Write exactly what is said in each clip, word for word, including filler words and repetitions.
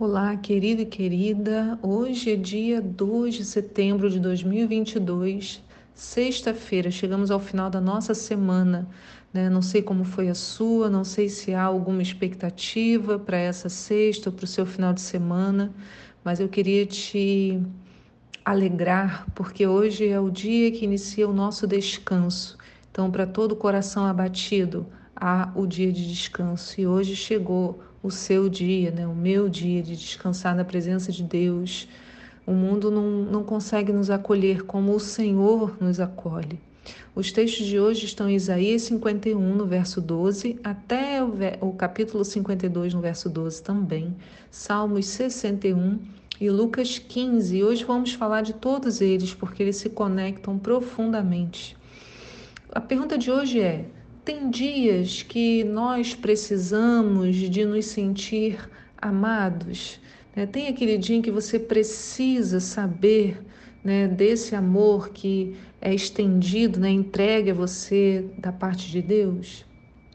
Olá, querido e querida. Hoje é dia dois de setembro de dois mil e vinte e dois, sexta-feira. Chegamos ao final da nossa semana, né? Não sei como foi a sua, não sei se há alguma expectativa para essa sexta ou para o seu final de semana, mas eu queria te alegrar, porque hoje é o dia que inicia o nosso descanso. Então, para todo coração abatido, há o dia de descanso. E hoje chegou o seu dia, né? O meu dia de descansar na presença de Deus. O mundo não, não consegue nos acolher como o Senhor nos acolhe. Os textos de hoje estão em Isaías cinquenta e um, no verso doze, até o, o capítulo cinquenta e dois, no verso doze também, Salmos sessenta e um e Lucas quinze. E hoje vamos falar de todos eles, porque eles se conectam profundamente. A pergunta de hoje é: tem dias que nós precisamos de nos sentir amados? Né? Tem aquele dia em que você precisa saber, né, desse amor que é estendido, né, entregue a você da parte de Deus?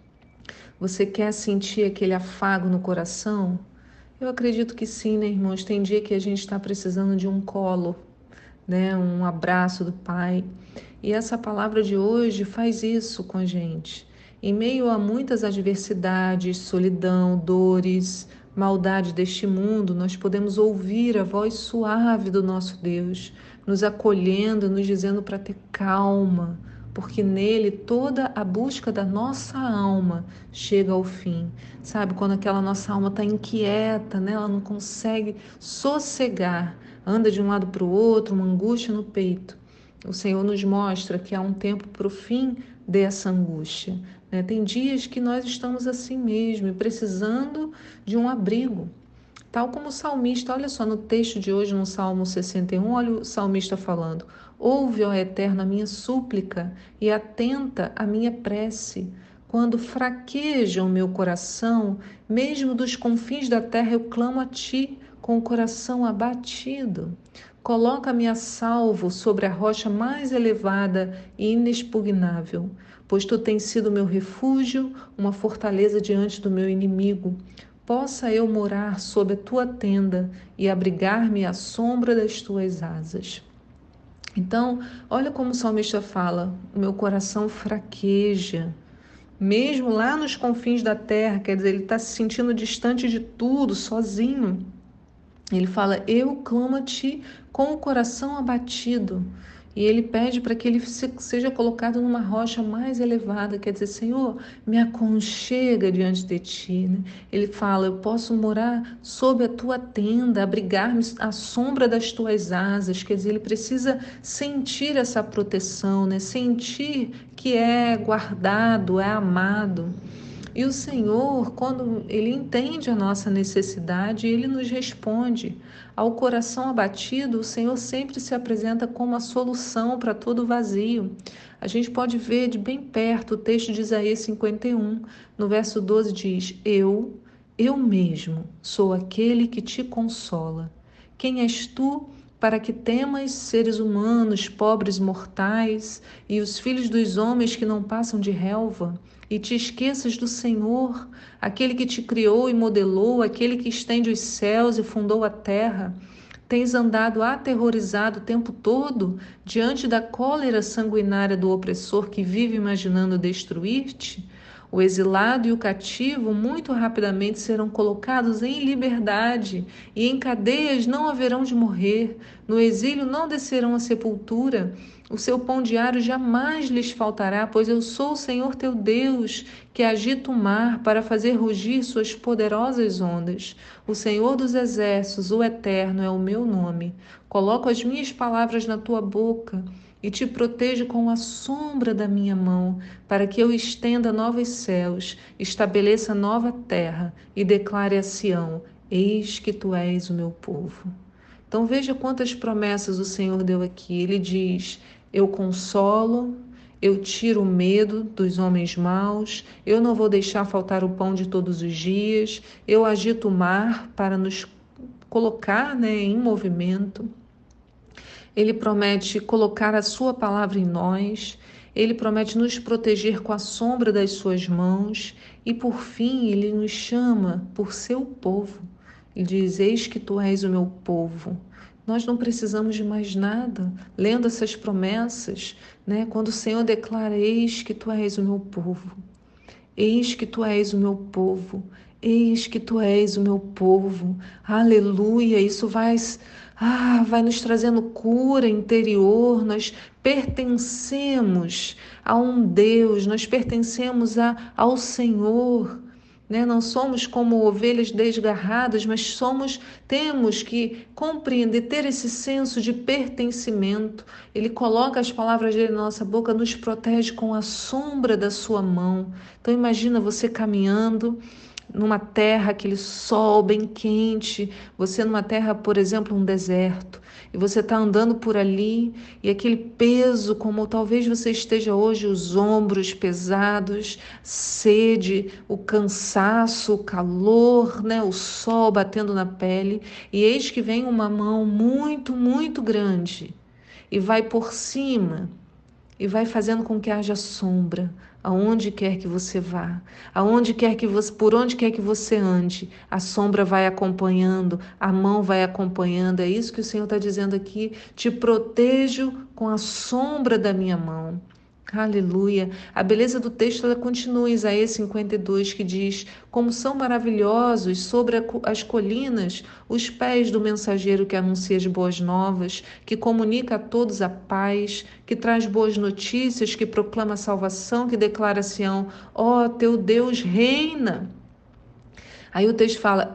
Você quer sentir aquele afago no coração? Eu acredito que sim, né, irmãos? Tem dia que a gente está precisando de um colo, né, um abraço do Pai. E essa palavra de hoje faz isso com a gente. Em meio a muitas adversidades, solidão, dores, maldade deste mundo, nós podemos ouvir a voz suave do nosso Deus, nos acolhendo, nos dizendo para ter calma, porque nele toda a busca da nossa alma chega ao fim. Sabe, quando aquela nossa alma está inquieta, né? Ela não consegue sossegar, anda de um lado para o outro, uma angústia no peito. O Senhor nos mostra que há um tempo para o fim dessa angústia, né? Tem dias que nós estamos assim mesmo, precisando de um abrigo. Tal como o salmista, olha só no texto de hoje, no Salmo sessenta e um, olha o salmista falando: ouve, ó Eterno, a minha súplica e atenta à minha prece. Quando fraqueja o meu coração, mesmo dos confins da terra eu clamo a ti com o coração abatido. Coloca-me a salvo sobre a rocha mais elevada e inexpugnável, pois tu tens sido meu refúgio, uma fortaleza diante do meu inimigo. Possa eu morar sob a tua tenda e abrigar-me à sombra das tuas asas. Então, olha como o salmista fala: o meu coração fraqueja, mesmo lá nos confins da terra, quer dizer, ele está se sentindo distante de tudo, sozinho. Ele fala: eu clamo a ti com o coração abatido. E ele pede para que ele seja colocado numa rocha mais elevada, quer dizer, Senhor, me aconchega diante de ti. Né? Ele fala: eu posso morar sob a tua tenda, abrigar-me à sombra das tuas asas. Quer dizer, ele precisa sentir essa proteção, né? Sentir que é guardado, é amado. E o Senhor, quando Ele entende a nossa necessidade, Ele nos responde. Ao coração abatido, o Senhor sempre se apresenta como a solução para todo vazio. A gente pode ver de bem perto o texto de Isaías cinquenta e um, no verso doze diz: Eu, eu mesmo, sou aquele que te consola. Quem és tu para que temas seres humanos, pobres mortais, e os filhos dos homens que não passam de relva? E te esqueças do Senhor, aquele que te criou e modelou, aquele que estende os céus e fundou a terra. Tens andado aterrorizado o tempo todo diante da cólera sanguinária do opressor que vive imaginando destruir-te? O exilado e o cativo muito rapidamente serão colocados em liberdade, e em cadeias não haverão de morrer. No exílio não descerão à sepultura. O seu pão diário jamais lhes faltará, pois eu sou o Senhor teu Deus, que agita o mar para fazer rugir suas poderosas ondas. O Senhor dos exércitos, o Eterno, é o meu nome. Coloco as minhas palavras na tua boca e te protejo com a sombra da minha mão, para que eu estenda novos céus, estabeleça nova terra e declare a Sião: eis que tu és o meu povo. Então veja quantas promessas o Senhor deu aqui. Ele diz: eu consolo, eu tiro o medo dos homens maus, eu não vou deixar faltar o pão de todos os dias, eu agito o mar para nos colocar, né, em movimento. Ele promete colocar a sua palavra em nós, ele promete nos proteger com a sombra das suas mãos e, por fim, ele nos chama por seu povo. Ele diz: eis que tu és o meu povo. Nós não precisamos de mais nada, lendo essas promessas, né? Quando o Senhor declara: eis que tu és o meu povo. Eis que tu és o meu povo, eis que tu és o meu povo. Aleluia! Isso vai, ah, vai nos trazendo cura interior. Nós pertencemos a um Deus, nós pertencemos a, ao Senhor. Né? Não somos como ovelhas desgarradas, mas somos, temos que compreender, ter esse senso de pertencimento. Ele coloca as palavras dele na nossa boca, nos protege com a sombra da sua mão. Então imagina você caminhando numa terra, aquele sol bem quente, você numa terra, por exemplo, um deserto, e você está andando por ali, e aquele peso, como talvez você esteja hoje, os ombros pesados, sede, o cansaço, o calor, né, o sol batendo na pele, e eis que vem uma mão muito, muito grande, e vai por cima, e vai fazendo com que haja sombra, aonde quer que você vá, aonde quer que você, por onde quer que você ande, a sombra vai acompanhando, a mão vai acompanhando. É isso que o Senhor está dizendo aqui: te protejo com a sombra da minha mão. Aleluia. A beleza do texto ela continua em Isaías cinquenta e dois, que diz: como são maravilhosos sobre as colinas os pés do mensageiro que anuncia as boas novas, que comunica a todos a paz, que traz boas notícias, que proclama a salvação, que declara a Sião: ó, teu Deus reina. Aí o texto fala: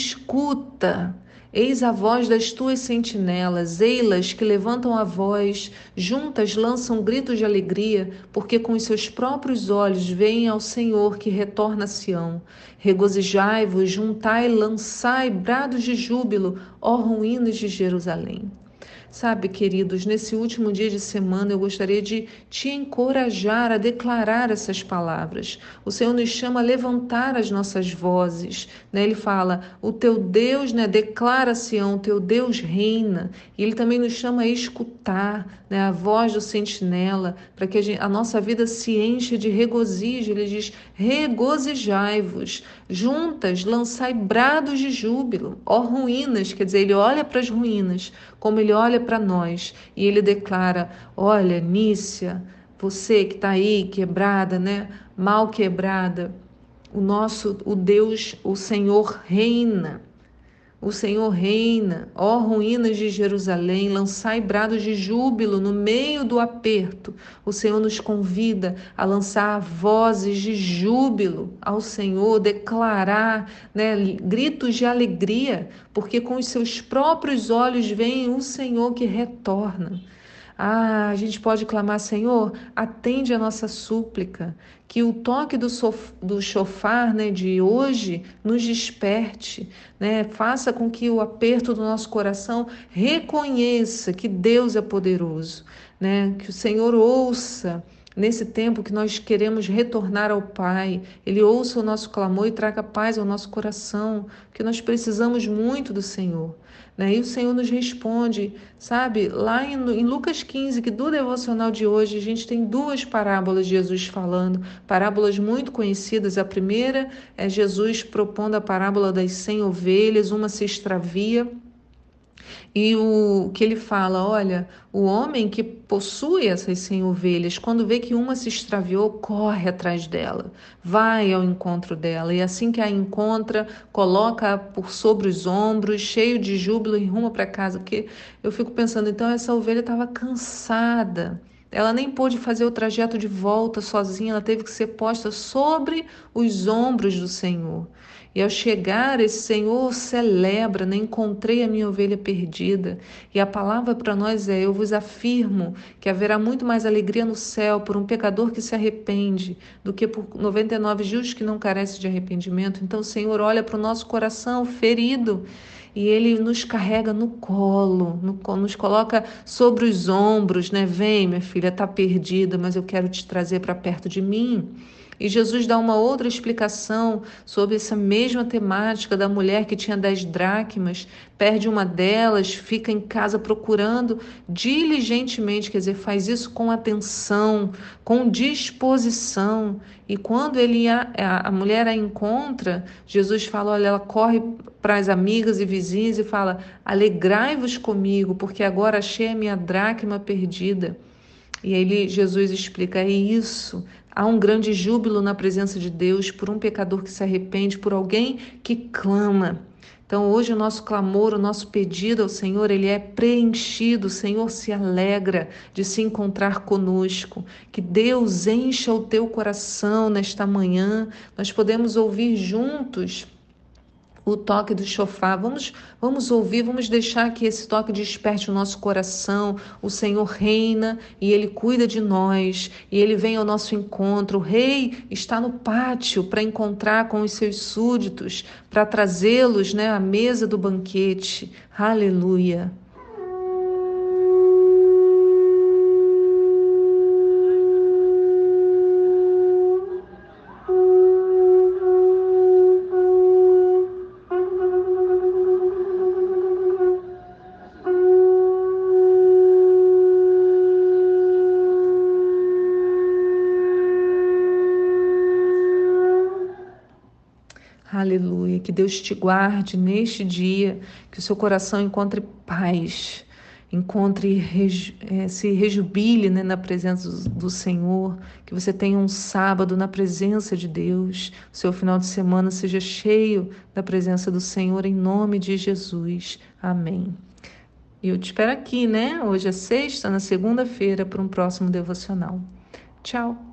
escuta, eis a voz das tuas sentinelas, ei-las que levantam a voz, juntas lançam gritos de alegria, porque com os seus próprios olhos veem ao Senhor que retorna a Sião. Regozijai-vos, juntai, lançai brados de júbilo, ó ruínas de Jerusalém. Sabe, queridos, nesse último dia de semana eu gostaria de te encorajar a declarar essas palavras. O Senhor nos chama a levantar as nossas vozes, né? Ele fala: o teu Deus, né, declara Sião, o teu Deus reina. E ele também nos chama a escutar, né, a voz do sentinela, para que a, gente, a nossa vida se encha de regozijo. Ele diz: regozijai-vos, juntas lançai brados de júbilo, ó ruínas. Quer dizer, ele olha para as ruínas, como ele olha para nós, e ele declara: olha, Nícia, você que está aí quebrada, né, mal quebrada, o nosso, o Deus, o Senhor reina. O Senhor reina, ó ruínas de Jerusalém, lançai brados de júbilo no meio do aperto. O Senhor nos convida a lançar vozes de júbilo ao Senhor, declarar, né, gritos de alegria, porque com os seus próprios olhos vem o Senhor que retorna. Ah, a gente pode clamar: Senhor, atende a nossa súplica, que o toque do, sof, do chofar, né, de hoje nos desperte, né, faça com que o aperto do nosso coração reconheça que Deus é poderoso, né, que o Senhor ouça nesse tempo que nós queremos retornar ao Pai, Ele ouça o nosso clamor e traga paz ao nosso coração, que nós precisamos muito do Senhor. Né? E o Senhor nos responde, sabe? Lá em, em Lucas quinze, que do devocional de hoje, a gente tem duas parábolas de Jesus falando, parábolas muito conhecidas. A primeira é Jesus propondo a parábola das cem ovelhas, uma se extravia. E o que ele fala: olha, o homem que possui essas cem ovelhas, quando vê que uma se extraviou, corre atrás dela, vai ao encontro dela, e assim que a encontra, coloca por sobre os ombros, cheio de júbilo, e ruma para casa. Porque eu fico pensando, então essa ovelha estava cansada, ela nem pôde fazer o trajeto de volta sozinha, ela teve que ser posta sobre os ombros do Senhor. E ao chegar, esse Senhor celebra, né? Encontrei a minha ovelha perdida. E a palavra para nós é: eu vos afirmo que haverá muito mais alegria no céu por um pecador que se arrepende do que por noventa e nove justos que não carecem de arrependimento. Então o Senhor olha para o nosso coração ferido e Ele nos carrega no colo, no, nos coloca sobre os ombros, né? Vem, minha filha, está perdida, mas eu quero te trazer para perto de mim. E Jesus dá uma outra explicação sobre essa mesma temática da mulher que tinha dez dracmas, perde uma delas, fica em casa procurando diligentemente, quer dizer, faz isso com atenção, com disposição. E quando ele a, a, a mulher a encontra, Jesus fala, olha, ela corre para as amigas e vizinhas e fala, alegrai-vos comigo, porque agora achei a minha dracma perdida. E ele, Jesus explica, é isso, há um grande júbilo na presença de Deus por um pecador que se arrepende, por alguém que clama. Então hoje o nosso clamor, o nosso pedido ao Senhor, ele é preenchido, o Senhor se alegra de se encontrar conosco, que Deus encha o teu coração nesta manhã, nós podemos ouvir juntos o toque do chofar, vamos, vamos ouvir, vamos deixar que esse toque desperte o nosso coração. O Senhor reina e Ele cuida de nós, e Ele vem ao nosso encontro. O rei está no pátio para encontrar com os seus súditos, para trazê-los, né, à mesa do banquete. Aleluia! Aleluia, que Deus te guarde neste dia, que o seu coração encontre paz, encontre, reju, é, se rejubile, né, na presença do, do Senhor, que você tenha um sábado na presença de Deus, o seu final de semana seja cheio da presença do Senhor, em nome de Jesus. Amém. E eu te espero aqui, né? Hoje é sexta, na segunda-feira, para um próximo devocional. Tchau!